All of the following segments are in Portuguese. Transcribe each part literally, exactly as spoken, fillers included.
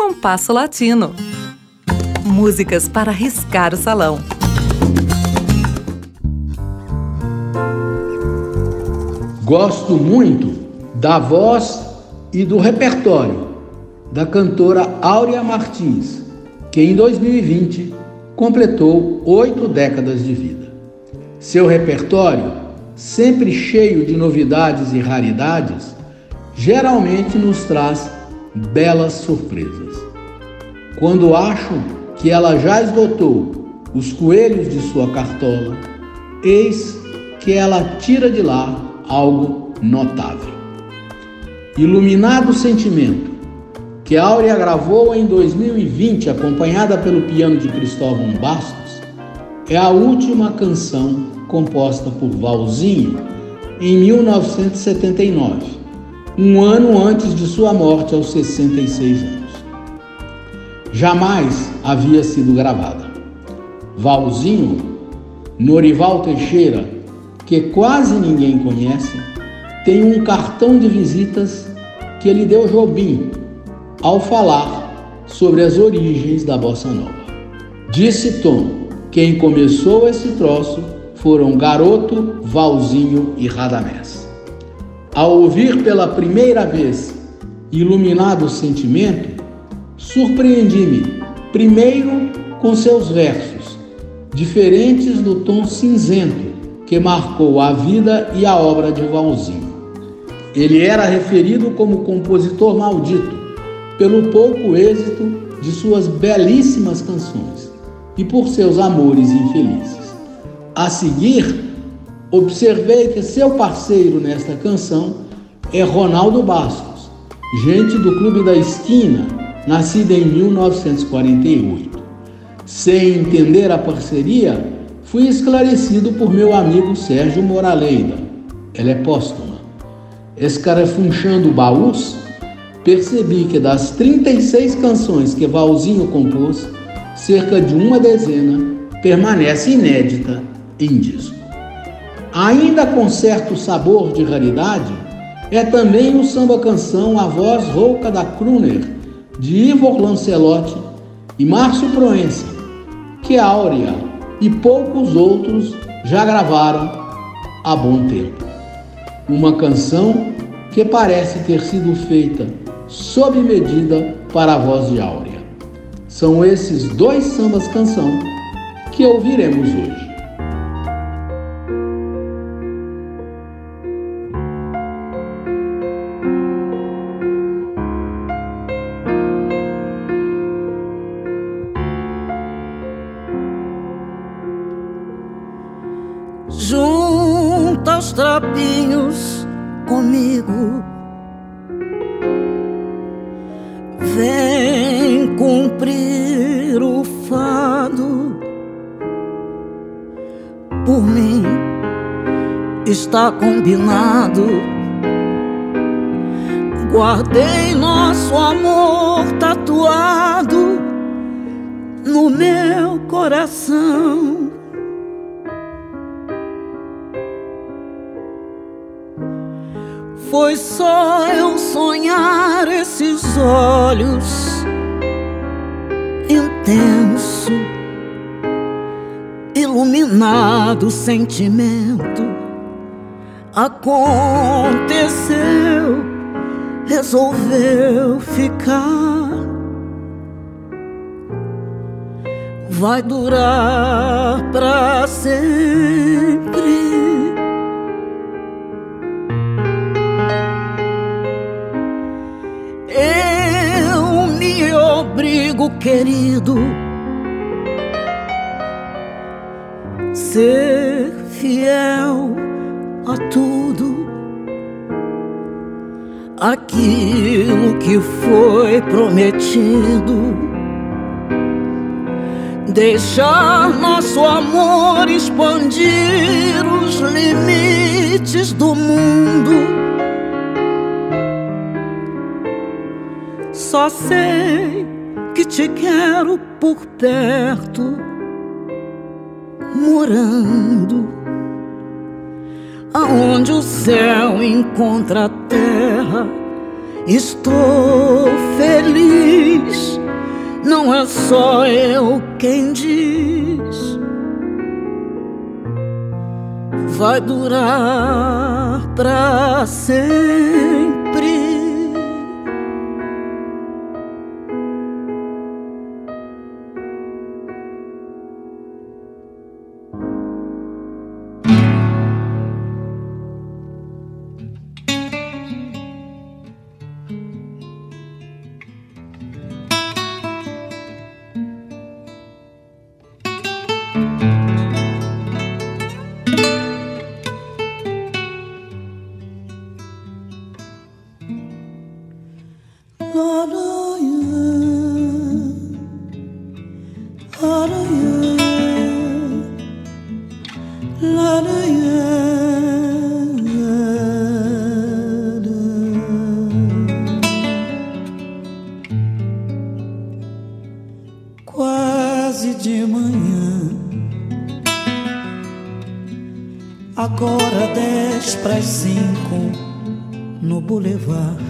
Compasso Latino. Músicas para riscar o salão. Gosto muito da voz e do repertório da cantora Áurea Martins, que em dois mil e vinte completou oito décadas de vida. Seu repertório, sempre cheio de novidades e raridades, geralmente nos traz belas surpresas. Quando acho que ela já esgotou os coelhos de sua cartola, eis que ela tira de lá algo notável. Iluminado Sentimento, que Áurea gravou em dois mil e vinte, acompanhada pelo piano de Cristóvão Bastos, é a última canção composta por Valzinho em mil novecentos e setenta e nove, um ano antes de sua morte aos sessenta e seis anos. Jamais havia sido gravada. Valzinho, Norival Teixeira, que quase ninguém conhece, tem um cartão de visitas que ele deu Jobim ao falar sobre as origens da bossa nova. Disse Tom, quem começou esse troço foram Garoto, Valzinho e Radamés. Ao ouvir pela primeira vez Iluminado Sentimento, surpreendi-me, primeiro com seus versos, diferentes do tom cinzento que marcou a vida e a obra de Valzinho. Ele era referido como compositor maldito pelo pouco êxito de suas belíssimas canções e por seus amores infelizes. A seguir, observei que seu parceiro nesta canção é Ronaldo Bastos, gente do Clube da Esquina, nascida em mil novecentos e quarenta e oito. Sem entender a parceria, fui esclarecido por meu amigo Sérgio Moraleida. Ela é póstuma. Escarafunchando baús, percebi que das trinta e seis canções que Valzinho compôs, cerca de uma dezena permanece inédita em disco. Ainda com certo sabor de raridade, é também o samba-canção A Voz Rouca da Crooner, de Ivor Lancelotti e Márcio Proença, que Áurea e poucos outros já gravaram há bom tempo. Uma canção que parece ter sido feita sob medida para a voz de Áurea. São esses dois sambas-canção que ouviremos hoje. Junta os trapinhos comigo, vem cumprir o fado. Por mim está combinado, guardei nosso amor tatuado no meu coração. Foi só eu sonhar esses olhos intenso, iluminado sentimento. Aconteceu, resolveu ficar. Vai durar pra sempre. Obrigo, querido, ser fiel a tudo aquilo que foi prometido. Deixar nosso amor expandir os limites do mundo. Só sei que te quero por perto, morando aonde o céu encontra a terra Estou feliz, não é só eu quem diz. Vai durar pra sempre. Quase de manhã, agora dez pras cinco no bulevar.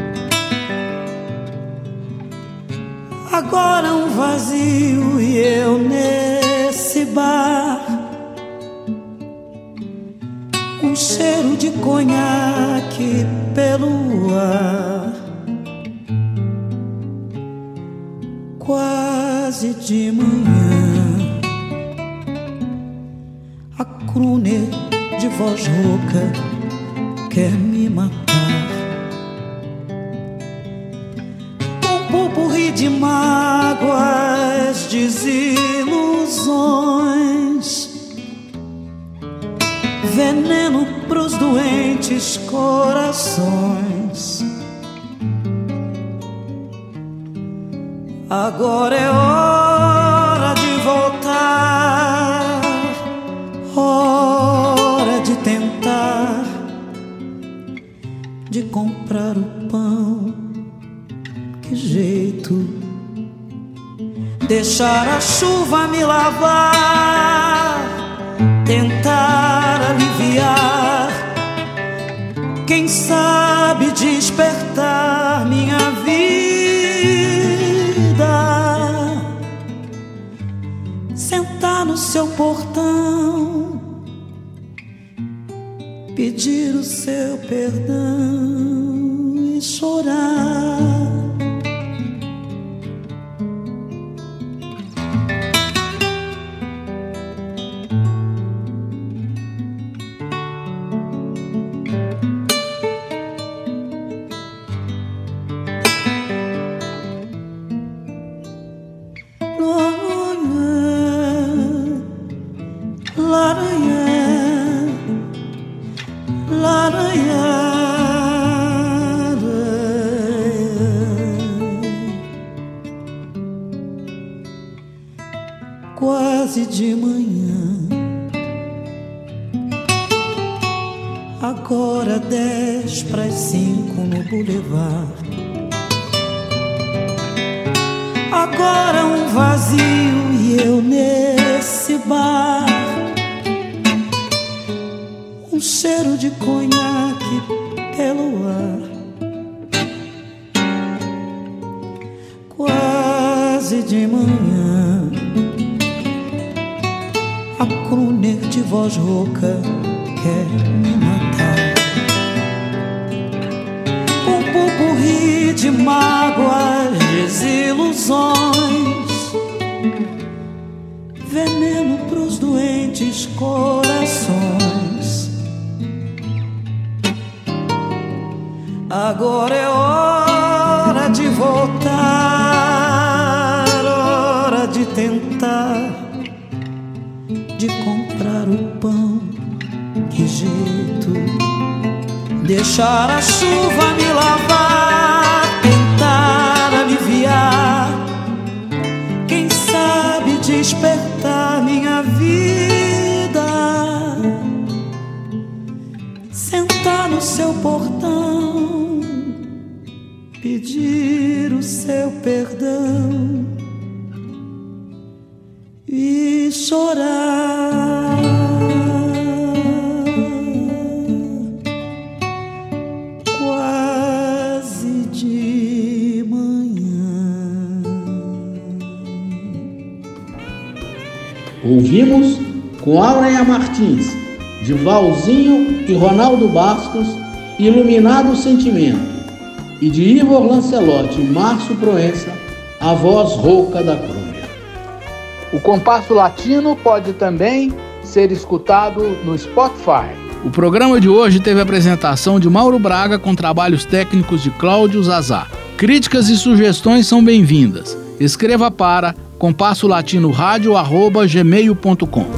Agora um vazio e eu nesse bar. Um cheiro de conhaque pelo ar. Quase de manhã, a crooner de voz rouca quer me matar. Um popurrí de mágoas, desilusões, veneno pros doentes corações. Agora é hora de voltar, hora de tentar, de comprar o pão. Que jeito? Deixar a chuva me lavar, tentar aliviar, quem sabe despertar minha vida. Sentar no seu portão, pedir o seu perdão e chorar. Quase de manhã, agora dez pras cinco no bulevar. Agora um vazio e eu nesse bar. Um cheiro de conhaque pelo ar. Quase de manhã, a crooner de voz rouca quer me matar. Um popurrí de mágoas, desilusões, veneno pros doentes corações. Agora é hora de voltar, hora de tentar, de comprar o pão. Que jeito? Deixar a chuva me lavar, tentar aliviar, quem sabe despertar minha vida. Sentar no seu portão, pedir o seu perdão e chorar. Quase de Ouvimos com Aurea Martins, de Valzinho e Ronaldo Bastos, Iluminado Sentimento, e de Ivor Lancelotti e Márcio Proença, a voz rouca da crônia. O Compasso Latino pode também ser escutado no Spotify. O programa de hoje teve a apresentação de Mauro Braga com trabalhos técnicos de Cláudio Zazá. Críticas e sugestões são bem-vindas. Escreva para compasso latino rádio arroba gmail ponto com.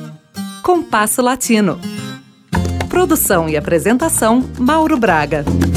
Compasso Latino. Produção e apresentação, Mauro Braga.